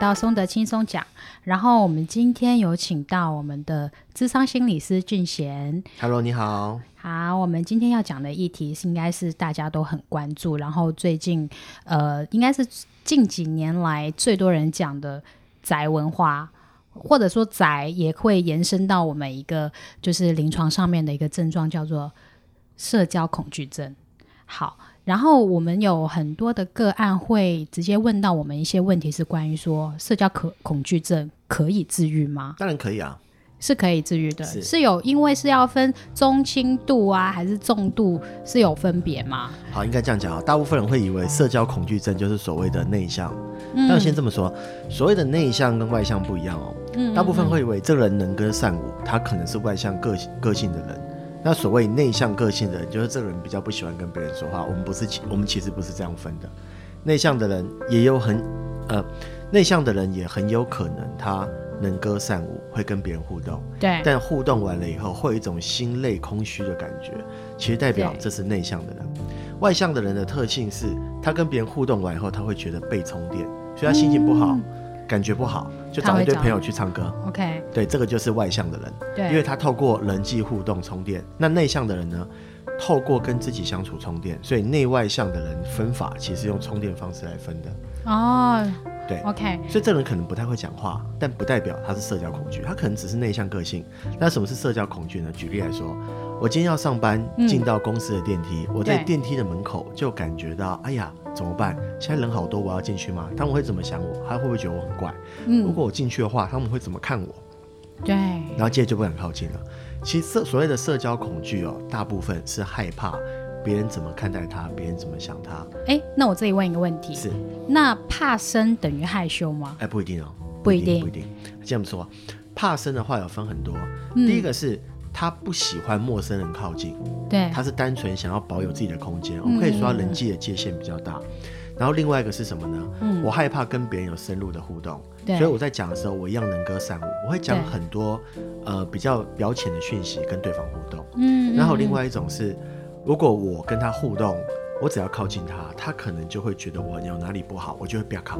到松德轻松讲，然后我们今天有请到我们的諮商心理师俊贤。 Hello， 你好。 好，我们今天要讲的议题应该是大家都很关注，然后最近应该是近几年来最多人讲的宅文化，或者说宅也会延伸到我们一个就是临床上面的一个症状，叫做社交恐惧症。好，然后我们有很多的个案会直接问到我们一些问题，是关于说社交恐惧症可以治愈吗？ 当然可以啊， 是可以治愈的。是有因为是要分中轻度啊还是重度是有分别吗？ 好，应该这样讲啊。大部分人会以为社交恐惧症就是所谓的内向，但先这么说，所谓的内向跟外向不一样哦。大部分会以为这个人能歌善舞，他可能是外向个性的人。那所谓内向个性的人，就是这个人比较不喜欢跟别人说话。我们其实不是这样分的。内向的人也有内向的人也很有可能他能歌善舞，会跟别人互动。 对。 但互动完了以后，会有一种心累空虚的感觉，其实代表这是内向的人。外向的人的特性是，他跟别人互动完以后，他会觉得被充电，所以他心情不好，感觉不好，就找一堆朋友去唱歌。 OK， 对，这个就是外向的人。对，因为他透过人际互动充电。那内向的人呢，透过跟自己相处充电。所以内外向的人分法其实用充电方式来分的。 哦， 对 ，OK， 所以这人可能不太会讲话，但不代表他是社交恐惧，他可能只是内向个性。那什么是社交恐惧呢？举例来说，我今天要上班，进到公司的电梯，我在电梯的门口就感觉到，哎呀，怎么办？现在人好多，我要进去吗？他们会怎么想我？他会不会觉得我很怪？如果我进去的话，他们会怎么看我？ 对， 然后接着就不敢靠近了。其实所谓的社交恐惧哦，大部分是害怕别人怎么看待他，别人怎么想他。 那我这里问一个问题，是那怕生等于害羞吗？ 不一定哦， 不一定。 这样说，怕生的话有分很多。第一个是他不喜欢陌生人靠近，对，他是单纯想要保有自己的空间。我们可以说他人际的界限比较大。然后另外一个是什么呢？我害怕跟别人有深入的互动，所以我在讲的时候，我一样能歌善舞，我会讲很多比较表浅的讯息跟对方互动。然后另外一种是，如果我跟他互动，我只要靠近他，他可能就会觉得我有哪里不好，我就会不要靠。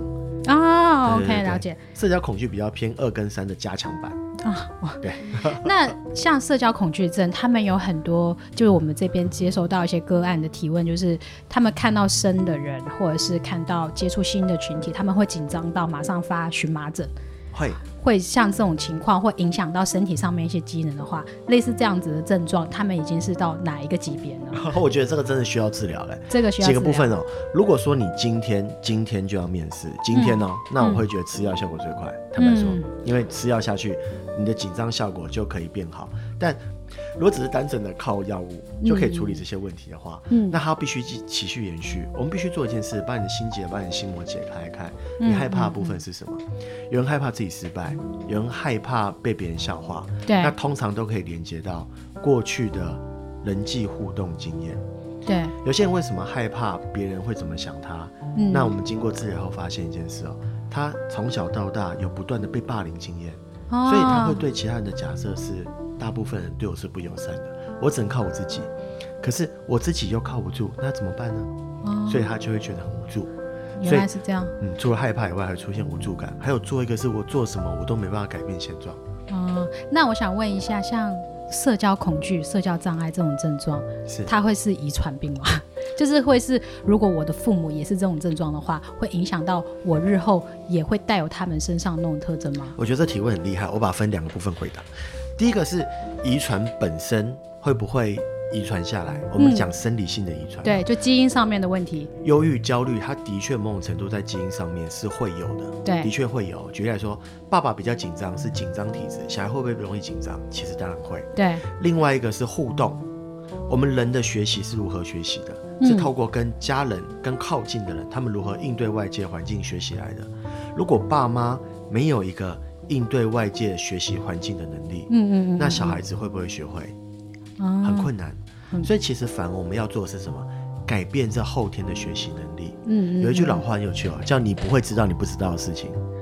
OK， 了解。 社交恐惧比较偏2跟3的加强版。对。 那像社交恐惧症，他们有很多，就是我们这边接收到一些个案的提问，就是他们看到生的人，或者是看到接触新的群体，他们会紧张到马上发荨麻疹。会像这种情况会影响到身体上面一些机能的话，类似这样子的症状，他们已经是到哪一个级别呢？我觉得这个真的需要治疗。 这个需要治疗。 几个部分哦。如果说你今天就要面试，今天哦，那我会觉得吃药效果最快。坦白说，因为吃药下去，你的紧张效果就可以变好。但如果只是单纯的靠药物就可以处理这些问题的话，那它必须持续延续。我们必须做一件事，把你的心结，把你的心魔解开看，你害怕的部分是什么？有人害怕自己失败，有人害怕被别人笑话，那通常都可以连接到过去的人际互动经验。对，有些人为什么害怕别人会怎么想他？那我们经过治疗后发现一件事哦，他从小到大有不断的被霸凌经验，所以他会对其他人的假设是，大部分人对我是不友善的，我只能靠我自己，可是我自己又靠不住，那怎么办呢？所以他就会觉得很无助。 原来是这样。 除了害怕以外，还出现无助感，还有做一个是我做什么我都没办法改变现状。 那我想问一下，像社交恐惧、社交障碍这种症状，它会是遗传病吗？就是会是，如果我的父母也是这种症状的话，会影响到我日后也会带有他们身上那种特征吗？ 我觉得这提问很厉害，我把它分2个部分回答。第一个是遗传本身会不会遗传下来，我们讲生理性的遗传。 对，就基因上面的问题。 忧郁、焦虑，它的确某种程度在基因上面是会有的。对，的确会有。举例来说，爸爸比较紧张，是紧张体质，小孩会不会容易紧张？其实当然会。对。另外一个是互动，我们人的学习是如何学习的？是透过跟家人、跟靠近的人，他们如何应对外界环境学习来的。如果爸妈没有一个应对外界学习环境的能力，那小孩子会不会学会？很困难。所以其实反而我们要做的是什么？改变这后天的学习能力。有一句老话很有趣哦，叫你不会知道你不知道的事情，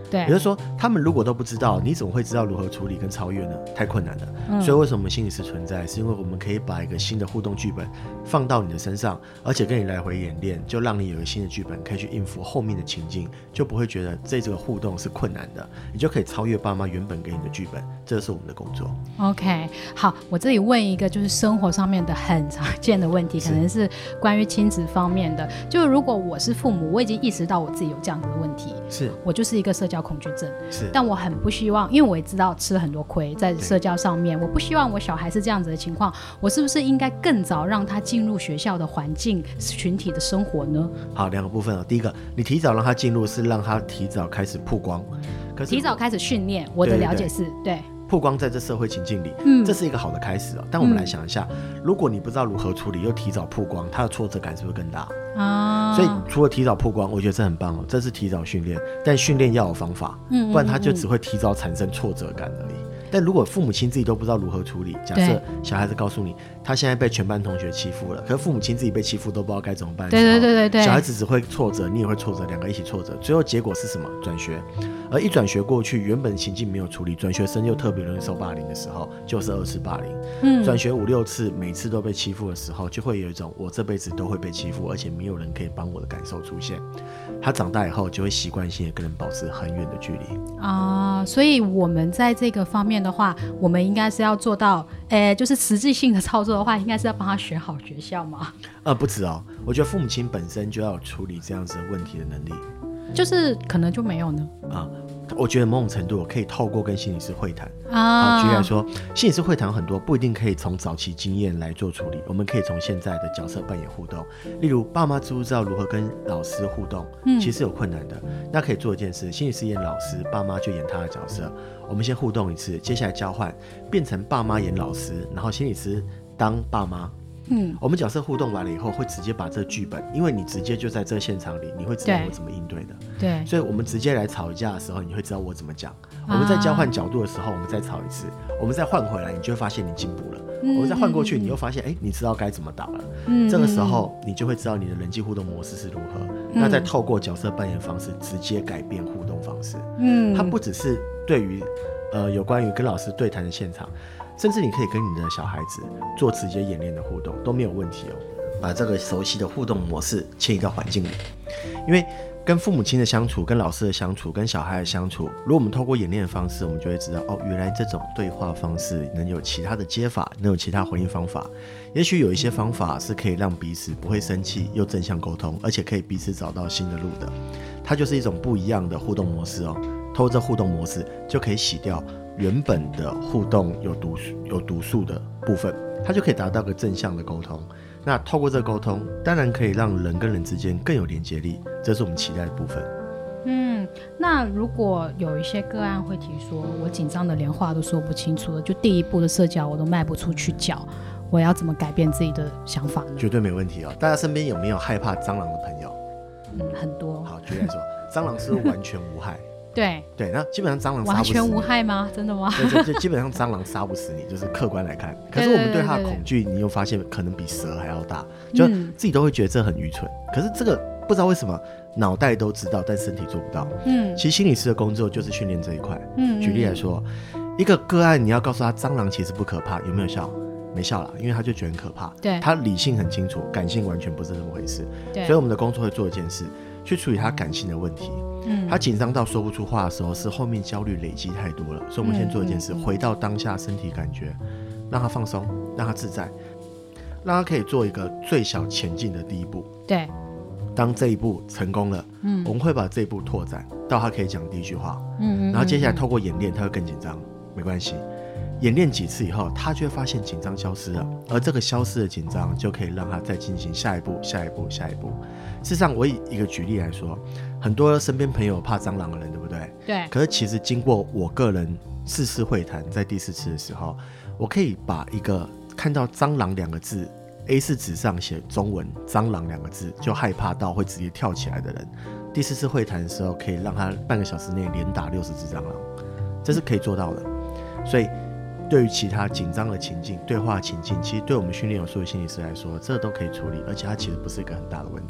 对， 也就是说他们如果都不知道，你怎么会知道如何处理跟超越呢？太困难了。所以为什么心理师存在，是因为我们可以把一个新的互动剧本放到你的身上，而且跟你来回演练，就让你有一个新的剧本可以去应付后面的情境，就不会觉得这个互动是困难的，你就可以超越爸妈原本给你的剧本，这是我们的工作。 OK， 好，我这里问一个就是生活上面的很常见的问题，可能是关于亲子方面的，就如果我是父母，我已经意识到我自己有这样子的问题， 是我就是一个社交恐惧症， 是， 但我很不希望，因为我也知道吃了很多亏在社交上面，我不希望我小孩是这样子的情况，我是不是应该更早让他进入学校的环境群体的生活呢？ 好，两个部分。第一个，你提早让他进入是让他提早开始曝光，可是提早开始训练，我的了解是对曝光在这社会情境里，这是一个好的开始哦。但我们来想一下，如果你不知道如何处理，又提早曝光，他的挫折感是不是更大啊？所以除了提早曝光，我觉得这很棒哦，这是提早训练，但训练要有方法，不然他就只会提早产生挫折感而已。但如果父母亲自己都不知道如何处理，假设小孩子告诉你他现在被全班同学欺负了，可是父母亲自己被欺负都不知道该怎么办，对，小孩子只会挫折，你也会挫折，两个一起挫折，最后结果是什么？转学。而一转学过去，原本情境没有处理，转学生又特别容易受霸凌的时候，就是二次霸凌。转学5、6次，每次都被欺负的时候，就会有一种我这辈子都会被欺负，而且没有人可以帮我的感受出现。他长大以后就会习惯性的跟人保持很远的距离啊，所以我们在这个方面的话，我们应该是要做到，就是实际性的操作的话，应该是要帮他选好学校吗？ 不止哦，我觉得父母亲本身就要有处理这样子的问题的能力。 就是可能就没有呢？ 我觉得某种程度可以透过跟心理师会谈举例来说，心理师会谈很多不一定可以从早期经验来做处理，我们可以从现在的角色扮演互动，例如爸妈知不知道如何跟老师互动，其实有困难的，那可以做一件事，心理师演老师，爸妈就演他的角色，我们先互动一次，接下来交换变成爸妈演老师，然后心理师当爸妈。我们角色互动完了以后，会直接把这剧本，因为你直接就在这个现场里，你会知道我怎么应对的。 对， 所以我们直接来吵架的时候，你会知道我怎么讲。我们在交换角度的时候，我们再吵一次，我们再换回来，你就会发现你进步了。我们再换过去，你又发现，你知道该怎么打了。这个时候，你就会知道你的人际互动模式是如何。那再透过角色扮演方式，直接改变互动方式。它不只是对于有关于跟老师对谈的现场。甚至你可以跟你的小孩子做直接演练的互动都没有问题哦。把这个熟悉的互动模式迁移到环境里，因为跟父母亲的相处、跟老师的相处、跟小孩的相处，如果我们透过演练的方式，我们就会知道原来这种对话方式能有其他的接法，能有其他回应方法。也许有一些方法是可以让彼此不会生气，又正向沟通，而且可以彼此找到新的路的。它就是一种不一样的互动模式哦。透过这互动模式，就可以洗掉原本的互动有毒素的部分，它就可以达到个正向的沟通。那透过这个沟通，当然可以让人跟人之间更有连接力，这是我们期待的部分。 那如果有一些个案会提说，我紧张的连话都说不清楚了，就第一步的社交我都迈不出去脚，我要怎么改变自己的想法呢？ 绝对没问题哦。大家身边有没有害怕蟑螂的朋友？ 很多。 好，举例来说，蟑螂是完全无害。 对， 那基本上蟑螂杀不死你， 完全无害吗？真的吗？ 对，基本上蟑螂杀不死你，就是客观来看。可是我们对它的恐惧，你又发现可能比蛇还要大，就自己都会觉得这很愚蠢。可是这个不知道为什么脑袋都知道，但身体做不到。其实心理师的工作就是训练这一块。举例来说，一个个案你要告诉他蟑螂其实不可怕，有没有效？没效了，因为他就觉得很可怕。 对， 他理性很清楚，感性完全不是这么回事。所以我们的工作会做一件事，去处理他感性的问题。他紧张到说不出话的时候，是后面焦虑累积太多了。所以我们先做一件事，回到当下身体感觉，让他放松，让他自在，让他可以做一个最小前进的第一步。 对， 当这一步成功了，我们会把这一步拓展到他可以讲第一句话。然后接下来透过演练，他会更紧张，没关系。演练几次以后，他就会发现紧张消失了，而这个消失的紧张就可以让他再进行下一步。事实上，我以一个举例来说，很多身边朋友怕蟑螂的人，对不对？ 对。 可是其实经过我个人4次会谈，在第4次的时候，我可以把一个看到蟑螂2个字 A4 纸上写中文蟑螂2个字就害怕到会直接跳起来的人，第4次会谈的时候，可以让他半个小时内连打60只蟑螂，这是可以做到的。所以对于其他紧张的情境、对话情境，其实对我们训练有素的心理师来说，这都可以处理，而且它其实不是一个很大的问题。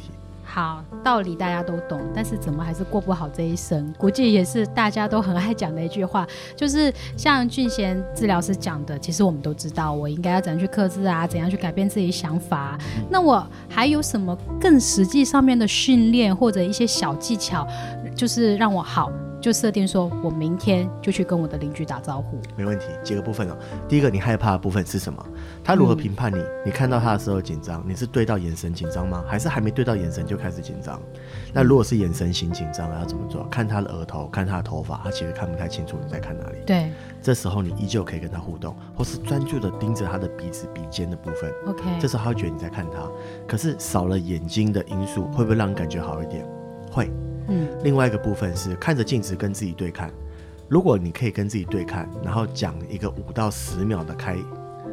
好，道理大家都懂，但是怎么还是过不好这一生？估计也是大家都很爱讲的一句话，就是像俊贤治疗师讲的，其实我们都知道，我应该要怎样去克制啊，怎样去改变自己的想法啊。那我还有什么更实际上面的训练或者一些小技巧，就是让我好就设定说我明天就去跟我的邻居打招呼？ 没问题，几个部分哦。第一个，你害怕的部分是什么？他如何评判你？你看到他的时候紧张，你是对到眼神紧张吗？还是还没对到眼神就开始紧张？那如果是眼神型紧张，要怎么做？看他的额头，看他的头发，他其实看不太清楚你在看哪里。 对， 这时候你依旧可以跟他互动，或是专注的盯着他的鼻子、鼻尖的部分。 OK， 这时候他会觉得你在看他。可是少了眼睛的因素，会不会让你感觉好一点？会。另外一个部分是看着镜子跟自己对看。如果你可以跟自己对看，然后讲一个5到10秒的开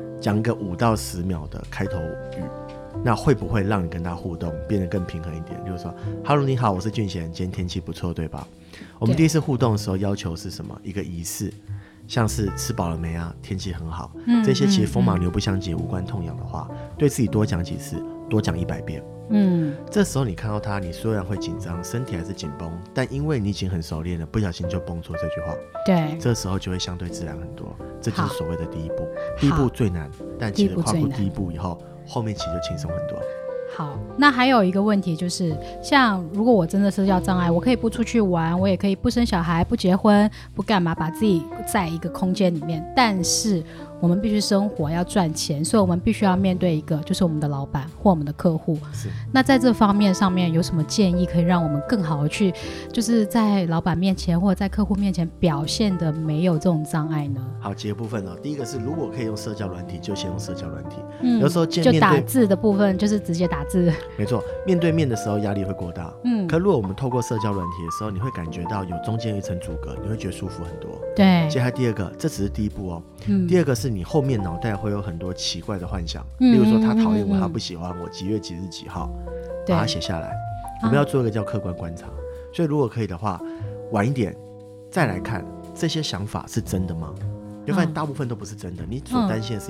头语，那会不会让你跟他互动变得更平衡一点？例如说 ，Hello， 你好，我是俊贤，今天天气不错，对吧？我们第一次互动的时候要求是什么？一个仪式，像是吃饱了没啊，天气很好，这些其实风马牛不相及、无关痛痒的话，对自己多讲几次，多讲100遍。这时候你看到他，你虽然会紧张，身体还是紧绷，但因为你已经很熟练了，不小心就蹦出这句话， 对， 这时候就会相对自然很多。这就是所谓的第一步，第一步最难，但其实跨过第一步以后，后面其实就轻松很多。 好，那还有一个问题就是，像如果我真的社交障碍，我可以不出去玩，我也可以不生小孩、不结婚、不干嘛，把自己在一个空间里面，但是我们必须生活，要赚钱，所以我们必须要面对一个就是我们的老板或我们的客户。 是。 那在这方面上面有什么建议可以让我们更好的去，就是在老板面前或者在客户面前表现的没有这种障碍呢？ 好，几个部分哦。第一个是如果可以用社交软体，就先用社交软体。有时候就打字的部分就是直接打字。 没错，面对面的时候压力会过大。可如果我们透过社交软体的时候，你会感觉到有中间一层阻隔，你会觉得舒服很多。 对。 接下来第二个，这只是第一步哦。第二个是你后面脑袋会有很多奇怪的幻想，例如说他讨厌我，他不喜欢我，几月几日几号，把它写下来。我们要做一个叫客观观察。所以如果可以的话，晚一点再来看这些想法是真的吗？你会发现大部分都不是真的，你所担心的事情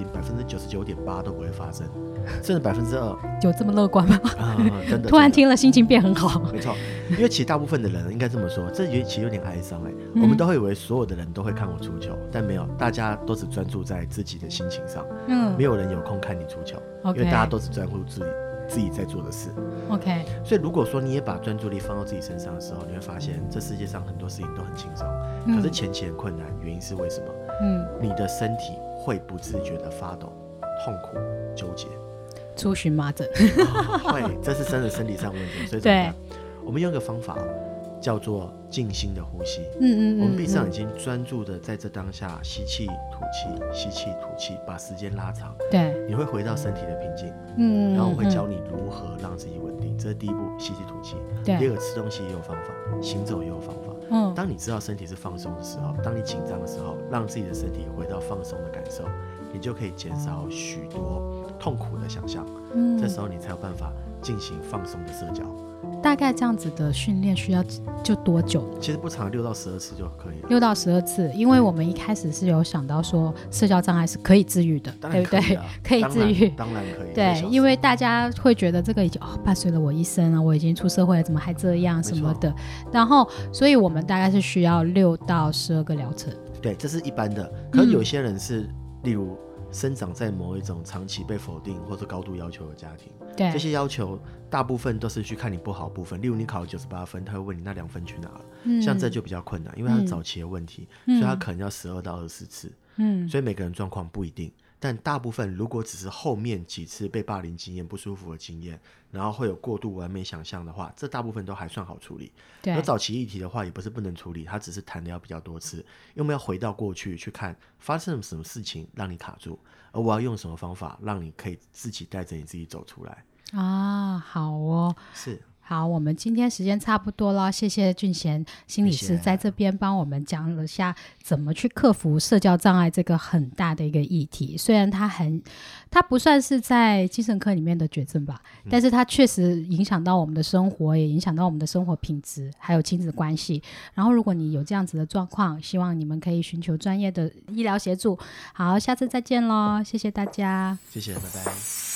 99.8%都不会发生，甚至2%。 有这么乐观吗？ 真的， 突然听了心情变很好。 没错，因为其实大部分的人应该这么说，这其实有点哀伤我们都会以为所有的人都会看我出糗，但没有，大家都只专注在自己的心情上，没有人有空看你出糗，因为大家都只专注自己在做的事。 OK， 所以如果说你也把专注力放到自己身上的时候，你会发现这世界上很多事情都很轻松，可是前期很困难，原因是为什么？你的身体会不自觉的发抖、痛苦、纠结、 出荨麻疹。 会，这是真的身体上问题。所以怎么办？我们用一个方法叫做静心的呼吸。我们闭上眼睛，专注的在这当下吸气吐气，吸气吐气，把时间拉长。 对， 你会回到身体的平静。然后我会教你如何让自己稳定。这是第一步，吸气吐气。第二个，吃东西也有方法，行走也有方法。当你知道身体是放松的时候，当你紧张的时候，让自己的身体回到放松的感受，你就可以减少许多痛苦的想象。这时候你才有办法进行放松的社交。 大概这样子的训练需要就多久？ 其实不长，6到12次就可以了。 6到12次，因为我们一开始是有想到说社交障碍是可以治愈的，对不对？可以治愈， 当然可以。 对，因为大家会觉得这个已经伴随了我一生了，我已经出社会了，怎么还这样什么的。然后，所以我们大概是需要6到12个疗程。 对，这是一般的。可是有些人是，例如生长在某一种长期被否定或者高度要求的家庭， 对， 这些要求大部分都是去看你不好的部分，例如你考了98分，他会问你那2分去哪了。像这就比较困难，因为他是早期的问题，所以他可能要12到24次。所以每个人状况不一定，但大部分如果只是后面几次被霸凌经验、不舒服的经验，然后会有过度完美想象的话，这大部分都还算好处理。而早期议题的话也不是不能处理，它只是谈的要比较多次，因为我们要回到过去去看发生了什么事情让你卡住，而我要用什么方法让你可以自己带着你自己走出来啊。好哦， 是。 好，我们今天时间差不多了，谢谢俊贤心理师在这边帮我们讲了下怎么去克服社交障碍这个很大的一个议题。虽然它不算是在精神科里面的绝症吧，但是它确实影响到我们的生活，也影响到我们的生活品质，还有亲子关系。然后如果你有这样子的状况，希望你们可以寻求专业的医疗协助。好，下次再见咯，谢谢大家， 谢谢，拜拜。